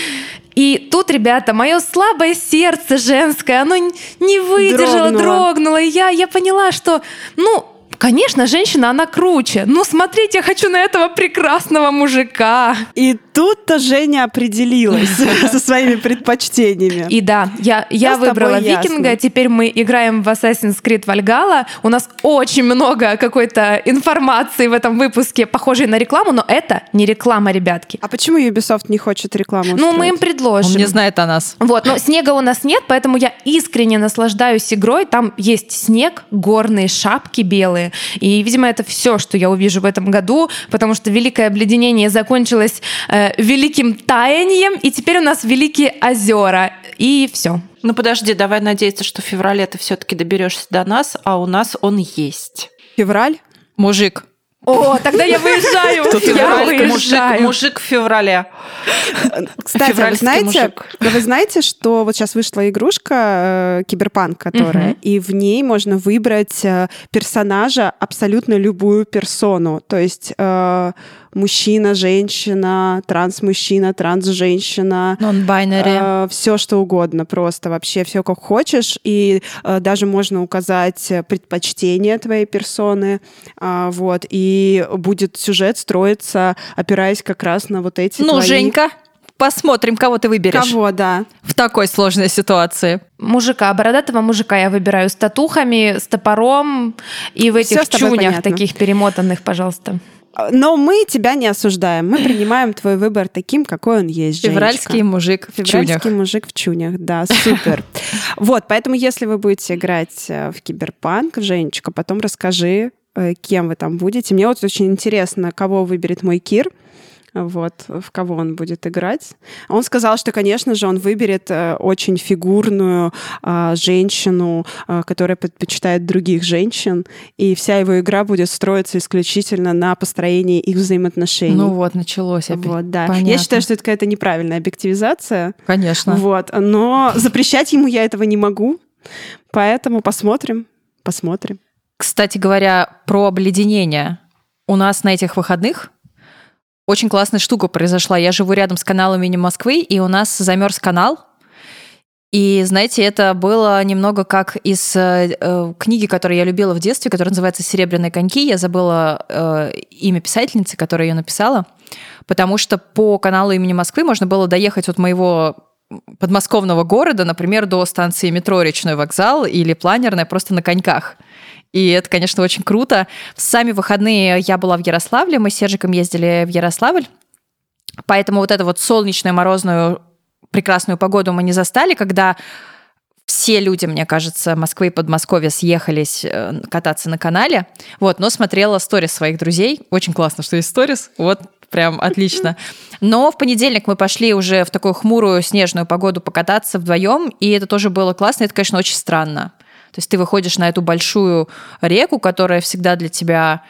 И тут, ребята, мое слабое сердце женское, оно не выдержало, дрогнуло. И я поняла, что, конечно, женщина, она круче. Но смотреть я хочу на этого прекрасного мужика. И тут-то Женя определилась со своими предпочтениями. И да, я выбрала викинга. Теперь мы играем в Assassin's Creed Valhalla. У нас очень много какой-то информации в этом выпуске, похожей на рекламу, но это не реклама, ребятки. А почему Ubisoft не хочет рекламу устроить? Мы им предложим. Он не знает о нас. Вот, но снега у нас нет, поэтому я искренне наслаждаюсь игрой. Там есть снег, горные шапки белые. И, видимо, это все, что я увижу в этом году, потому что Великое обледенение закончилось великим таянием, и теперь у нас Великие озера. И все. Ну подожди, давай надеяться, что в феврале ты все-таки доберешься до нас, а у нас он есть. Февраль? Мужик. О, тогда я выезжаю. Я выезжаю. Мужик в феврале. Кстати, вы знаете, что вот сейчас вышла игрушка Киберпанк, которая, и в ней можно выбрать персонажа, абсолютно любую персону. То есть мужчина, женщина, транс-мужчина, транс-женщина. Non-binary. Все, что угодно, просто вообще все как хочешь. И даже можно указать предпочтение твоей персоны. Вот. И будет сюжет строиться, опираясь как раз на вот эти твои... Женька, посмотрим, кого ты выберешь. Кого, да. В такой сложной ситуации. Мужика, бородатого мужика я выбираю с татухами, с топором и в этих чунях таких перемотанных, пожалуйста. Но мы тебя не осуждаем. Мы принимаем твой выбор таким, какой он есть, Женечка. Февральский мужик в чунях. Февральский мужик в чунях, да, супер. Вот, поэтому если вы будете играть в Киберпанк, Женечка, потом расскажи, кем вы там будете. Мне вот очень интересно, кого выберет мой Кир. Вот, в кого он будет играть. Он сказал, что, конечно же, он выберет очень фигурную женщину, которая предпочитает других женщин, и вся его игра будет строиться исключительно на построении их взаимоотношений. Ну вот, началось опять. Вот, да. Понятно. Я считаю, что это какая-то неправильная объективизация. Конечно. Вот, но запрещать ему я этого не могу, поэтому посмотрим. Кстати говоря, про обледенение. У нас на этих выходных очень классная штука произошла. Я живу рядом с каналом имени Москвы, и у нас замерз канал. И, знаете, это было немного как из книги, которую я любила в детстве, которая называется «Серебряные коньки». Я забыла имя писательницы, которая ее написала, потому что по каналу имени Москвы можно было доехать от моего подмосковного города, например, до станции метро «Речной вокзал» или «Планерная» просто на коньках. И это, конечно, очень круто. В сами выходные я была в Ярославле, мы с Сержиком ездили в Ярославль, поэтому вот эту вот солнечную, морозную, прекрасную погоду мы не застали, когда все люди, мне кажется, Москвы и Подмосковья съехались кататься на канале, вот, но смотрела сторис своих друзей. Очень классно, что есть сторис. Вот, Прям отлично. Но в понедельник мы пошли уже в такую хмурую снежную погоду покататься вдвоем, и это тоже было классно. Это, конечно, очень странно. То есть ты выходишь на эту большую реку, которая всегда для тебя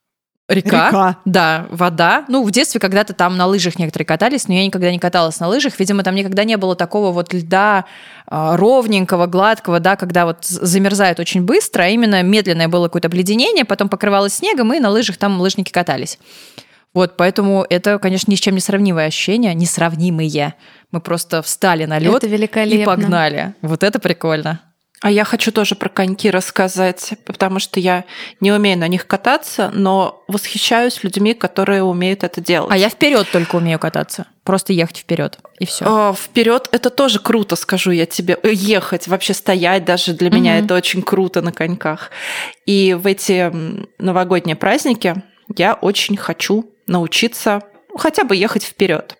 река. Да, вода. Ну, в детстве когда-то там на лыжах некоторые катались, но я никогда не каталась на лыжах. Видимо, там никогда не было такого вот льда ровненького, гладкого, да, когда вот замерзает очень быстро, а именно медленное было какое-то обледенение, потом покрывалось снегом, и на лыжах там лыжники катались. Вот, поэтому это, конечно, ни с чем не сравнимые ощущения, несравнимые. Мы просто встали на лед и погнали. Вот это прикольно. А я хочу тоже про коньки рассказать, потому что я не умею на них кататься, но восхищаюсь людьми, которые умеют это делать. А я вперед только умею кататься. Просто ехать вперед, и все. Вперед это тоже круто, скажу я тебе. Ехать, вообще стоять даже для меня это очень круто на коньках. И в эти новогодние праздники я очень хочу научиться хотя бы ехать вперед.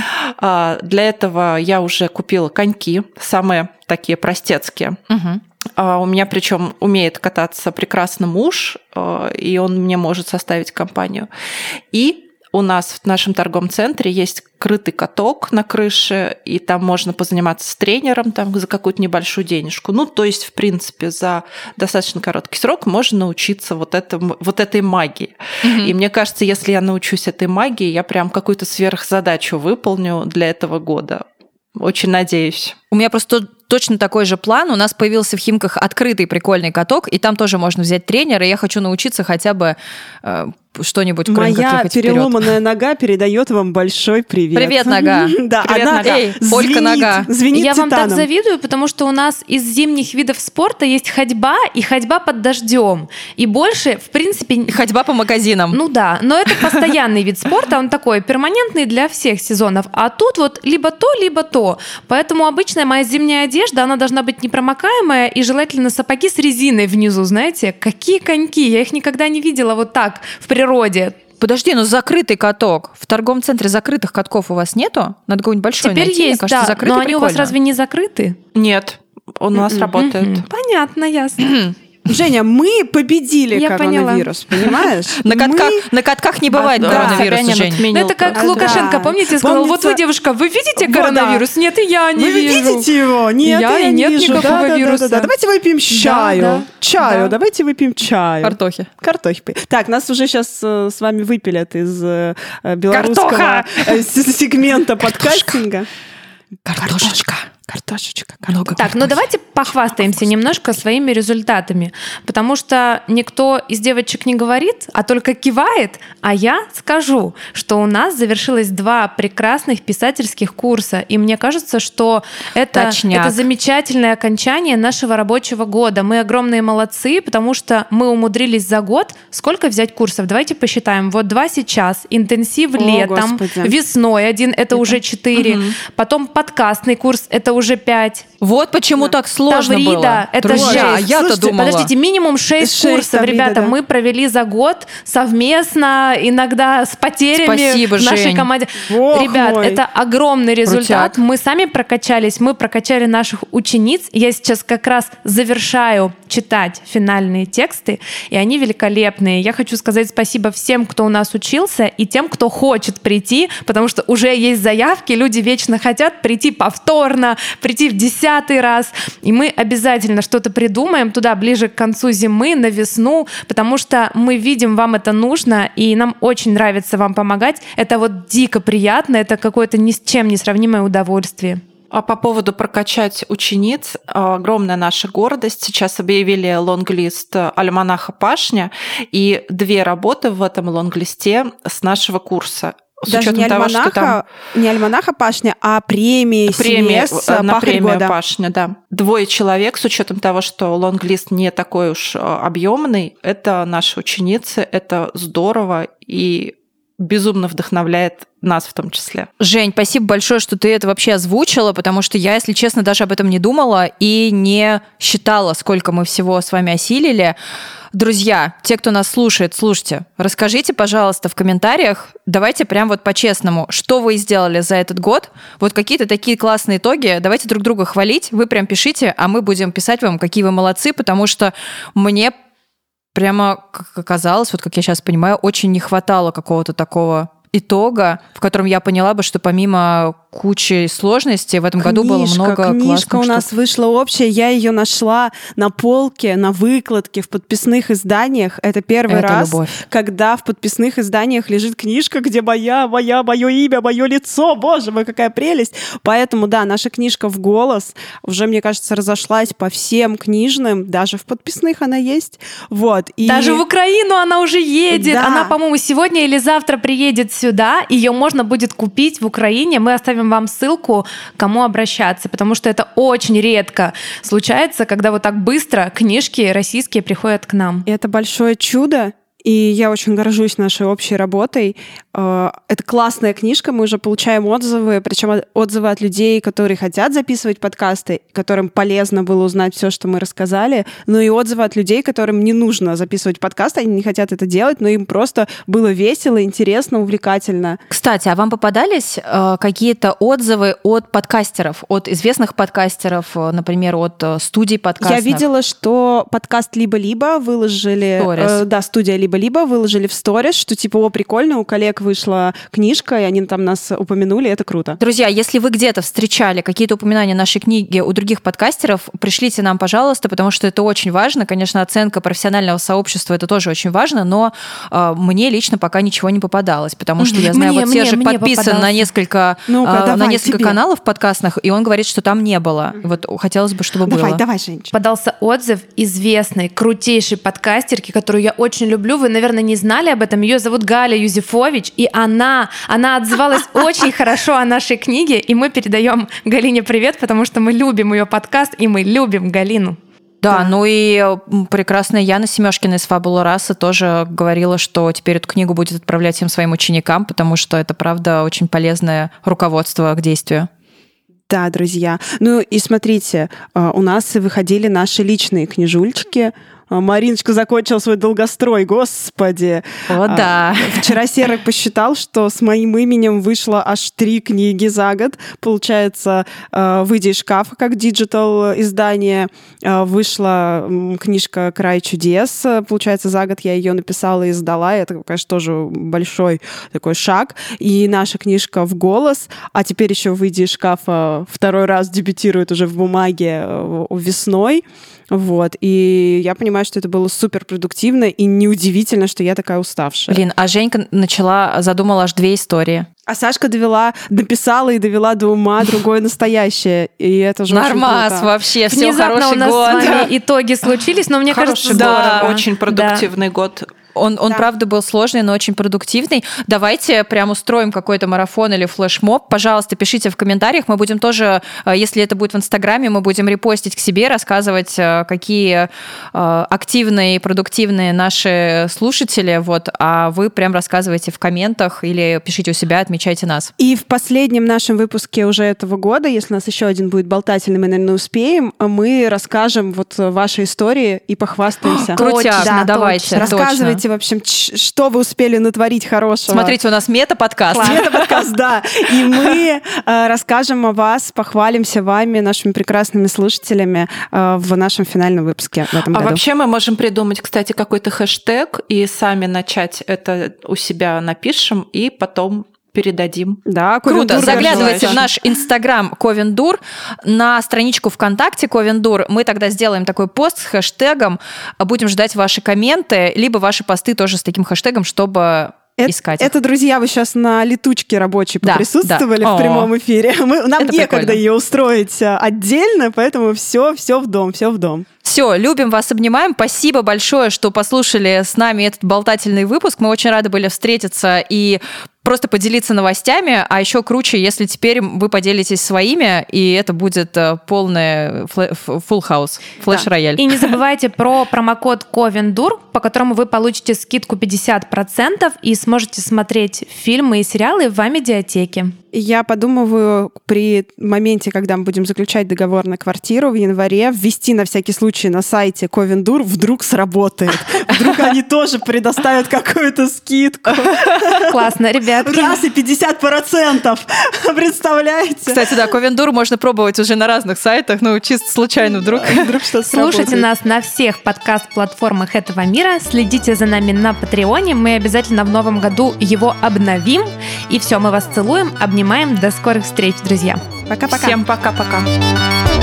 Для этого я уже купила коньки, самые такие простецкие. У меня причем умеет кататься прекрасно муж, и он мне может составить компанию. И у нас в нашем торговом центре есть крытый каток на крыше, и там можно позаниматься с тренером там, за какую-то небольшую денежку. Ну, то есть, в принципе, за достаточно короткий срок можно научиться вот этой магии. И мне кажется, если я научусь этой магии, я прям какую-то сверхзадачу выполню для этого года. Очень надеюсь. У меня просто точно такой же план. У нас появился в Химках открытый прикольный каток, и там тоже можно взять тренера, и я хочу научиться хотя бы что-нибудь, кроме как ехать вперед. Моя переломанная нога передает вам большой привет. Привет, нога. Да, привет, она нога. Олька, нога. Звенит я титаном. вам так завидую, потому что у нас из зимних видов спорта есть ходьба и ходьба под дождем. И больше, в принципе... Ходьба по магазинам. Ну да, но это постоянный вид спорта, он такой перманентный для всех сезонов. А тут вот либо то, либо то. Поэтому обычная моя зимняя одежда, она должна быть непромокаемая и желательно сапоги с резиной внизу, знаете. Какие коньки? Я их никогда не видела вот так в природе. Подожди, ну закрытый каток. В торговом центре закрытых катков у вас нету? Надо какой-нибудь большой Теперь найти. есть, Мне кажется, да, закрытый но они у вас разве не закрыты? Нет, у нас работают. Понятно, ясно. Женя, мы победили коронавирус, понимаешь? На катках не бывает коронавируса, Жень. Ну, это как Лукашенко, помните, сказал, вот вы, девушка, вы видите коронавирус? Нет, и я не вижу. Вы видите его? Нет, я не вижу. Нет никакого вируса. Давайте выпьем чаю. Давайте выпьем чаю. Картохи. Так, нас уже сейчас с вами выпилят из белорусского сегмента подкастинга. Картошечка. Много так, ну давайте похвастаемся немножко своими результатами, потому что никто из девочек не говорит, а только кивает, а я скажу, что у нас завершилось 2 прекрасных писательских курса, и мне кажется, что это замечательное окончание нашего рабочего года. Мы огромные молодцы, потому что мы умудрились за год сколько взять курсов? Давайте посчитаем. Вот 2 сейчас, интенсив летом, весной 1, это уже 4, потом подкастный курс, это уже 5. Вот почему так сложно Таврида, было. это Друзья, 6. А я-то Слушайте, думала. Подождите, минимум 6 курсов, Таврида, ребята, да. мы провели за год совместно, иногда с потерями Спасибо, в нашей Жень. команде. Ох Ребят, мой. это огромный результат. Крутяк. Мы сами прокачались, мы прокачали наших учениц. Я сейчас как раз завершаю читать финальные тексты, и они великолепные. Я хочу сказать спасибо всем, кто у нас учился, и тем, кто хочет прийти, потому что уже есть заявки, люди вечно хотят прийти повторно, прийти в 10-й раз, и мы обязательно что-то придумаем туда ближе к концу зимы, на весну, потому что мы видим, вам это нужно, и нам очень нравится вам помогать. Это вот дико приятно, это какое-то ни с чем не сравнимое удовольствие. А по поводу прокачать учениц, огромная наша гордость. Сейчас объявили лонглист «Альманаха Пашня», и 2 работы в этом лонглисте с нашего курса. С Даже не того, альманаха, что там... не альманаха Пашня, а премия на «Пахарь премию года». Пашня, да. 2 человек, с учетом того, что лонглист не такой уж объемный, это наши ученицы, это здорово и безумно вдохновляет нас в том числе. Жень, спасибо большое, что ты это вообще озвучила, потому что я, если честно, даже об этом не думала и не считала, сколько мы всего с вами осилили. Друзья, те, кто нас слушает, слушайте, расскажите, пожалуйста, в комментариях, давайте прям вот по-честному, что вы сделали за этот год, вот какие-то такие классные итоги, давайте друг друга хвалить, вы прям пишите, а мы будем писать вам, какие вы молодцы, потому что мне прямо, как оказалось, вот как я сейчас понимаю, очень не хватало какого-то такого итога, в котором я поняла бы, что помимо кучи сложностей в этом году было много классных Книжка у нас штук. вышла общая, я ее нашла на полке, на выкладке, в подписных изданиях. Это первый Это раз, любовь. когда в подписных изданиях лежит книжка, где мое имя, мое лицо. Боже мой, какая прелесть! Поэтому, да, наша книжка в голос уже, мне кажется, разошлась по всем книжным, даже в подписных она есть. Вот. И... Даже в Украину она уже едет. Да. Она, по-моему, сегодня или завтра приедет сюда. Ее можно будет купить в Украине. Мы оставим вам ссылку, к кому обращаться, потому что это очень редко случается, когда вот так быстро книжки российские приходят к нам. Это большое чудо, и я очень горжусь нашей общей работой. Это классная книжка, мы уже получаем отзывы, причем отзывы от людей, которые хотят записывать подкасты, которым полезно было узнать все, что мы рассказали, но и отзывы от людей, которым не нужно записывать подкасты, они не хотят это делать, но им просто было весело, интересно, увлекательно. Кстати, а вам попадались какие-то отзывы от подкастеров, от известных подкастеров, например, от студий подкастов? Я видела, что подкаст «Либо-либо» выложили... да, студия «Либо-либо» выложили в сторис, что типа, о, прикольно, у коллег вышла книжка, и они там нас упомянули, это круто. Друзья, если вы где-то встречали какие-то упоминания нашей книги у других подкастеров, пришлите нам, пожалуйста, потому что это очень важно. Конечно, оценка профессионального сообщества — это тоже очень важно, но мне лично пока ничего не попадалось, потому что я знаю, вот Сержик подписан на несколько каналов подкастных, и он говорит, что там не было. И вот хотелось бы, чтобы было. Давай, Женечка. Подался отзыв известной, крутейшей подкастерки, которую я очень люблю. Вы, наверное, не знали об этом. Ее зовут Галя Юзефович, и она отзывалась очень хорошо о нашей книге, и мы передаем Галине привет, потому что мы любим ее подкаст, и мы любим Галину. Да, ну и прекрасная Яна Семёшкина из «Фабула раса» тоже говорила, что теперь эту книгу будет отправлять всем своим ученикам, потому что это, правда, очень полезное руководство к действию. Да, друзья. Ну и смотрите, у нас выходили наши личные книжульчики. Мариночка закончила свой долгострой, господи. О, да. Вчера Серый посчитал, что с моим именем вышло аж 3 книги за год. Получается, «Выйди из шкафа» как диджитал издание. Вышла книжка «Край чудес». Получается, за год я ее написала и издала. Это, конечно, тоже большой такой шаг. И наша книжка в голос. А теперь еще «Выйди из шкафа» второй раз дебютирует уже в бумаге весной. Вот. И я понимаю, что это было суперпродуктивно, и неудивительно, что я такая уставшая. Блин, а Женька задумала аж 2 истории. А Сашка написала и довела до ума другое настоящее. И это же нормас очень круто. Вообще, все Внезапно хороший у нас год. с вами итоги случились, но мне кажется, Да, здорово. очень продуктивный год. Он правда, был сложный, но очень продуктивный. Давайте прям устроим какой-то марафон или флешмоб. Пожалуйста, пишите в комментариях. Мы будем тоже, если это будет в Инстаграме, мы будем репостить к себе, рассказывать, какие активные и продуктивные наши слушатели. Вот, а вы прям рассказывайте в комментах или пишите у себя, отмечайте нас. И в последнем нашем выпуске уже этого года, если у нас еще один будет болтательный, мы, наверное, успеем, мы расскажем вот ваши истории и похвастаемся. Крутяк, Да, давайте. Рассказывайте, в общем, что вы успели натворить хорошего. Смотрите, у нас мета-подкаст. Мета-подкаст, да. И мы расскажем о вас, похвалимся вами, нашими прекрасными слушателями в нашем финальном выпуске в этом году. А вообще мы можем придумать, кстати, какой-то хэштег и сами начать это у себя напишем и потом передадим. Да, круто. Заглядывайте в в наш Инстаграм Ковендур, на страничку ВКонтакте Ковендур. Мы тогда сделаем такой пост с хэштегом. Будем ждать ваши комменты, либо ваши посты тоже с таким хэштегом, чтобы искать. Это, друзья, вы сейчас на летучке рабочей поприсутствовали в прямом эфире. Нам это некогда прикольно. ее устроить отдельно, поэтому все в дом, все в дом. Все, любим вас, обнимаем. Спасибо большое, что послушали с нами этот болтательный выпуск. Мы очень рады были встретиться и просто поделиться новостями, а еще круче, если теперь вы поделитесь своими, и это будет полный full house, флеш-рояль. И не забывайте про промокод Ковендур, по которому вы получите скидку 50% и сможете смотреть фильмы и сериалы в Амедиатеке. Я подумываю при моменте, когда мы будем заключать договор на квартиру в январе, ввести на всякий случай на сайте Ковендур, вдруг сработает. Вдруг они тоже предоставят какую-то скидку. Классно, ребятки. Раз и 50%. Представляете? Кстати, да, Ковендур можно пробовать уже на разных сайтах, ну, чисто случайно вдруг что-то Слушайте нас на всех подкаст-платформах этого мира, следите за нами на Патреоне, мы обязательно в новом году его обновим. И все, мы вас целуем, обнимаем. До скорых встреч, друзья. Пока-пока. Всем пока-пока.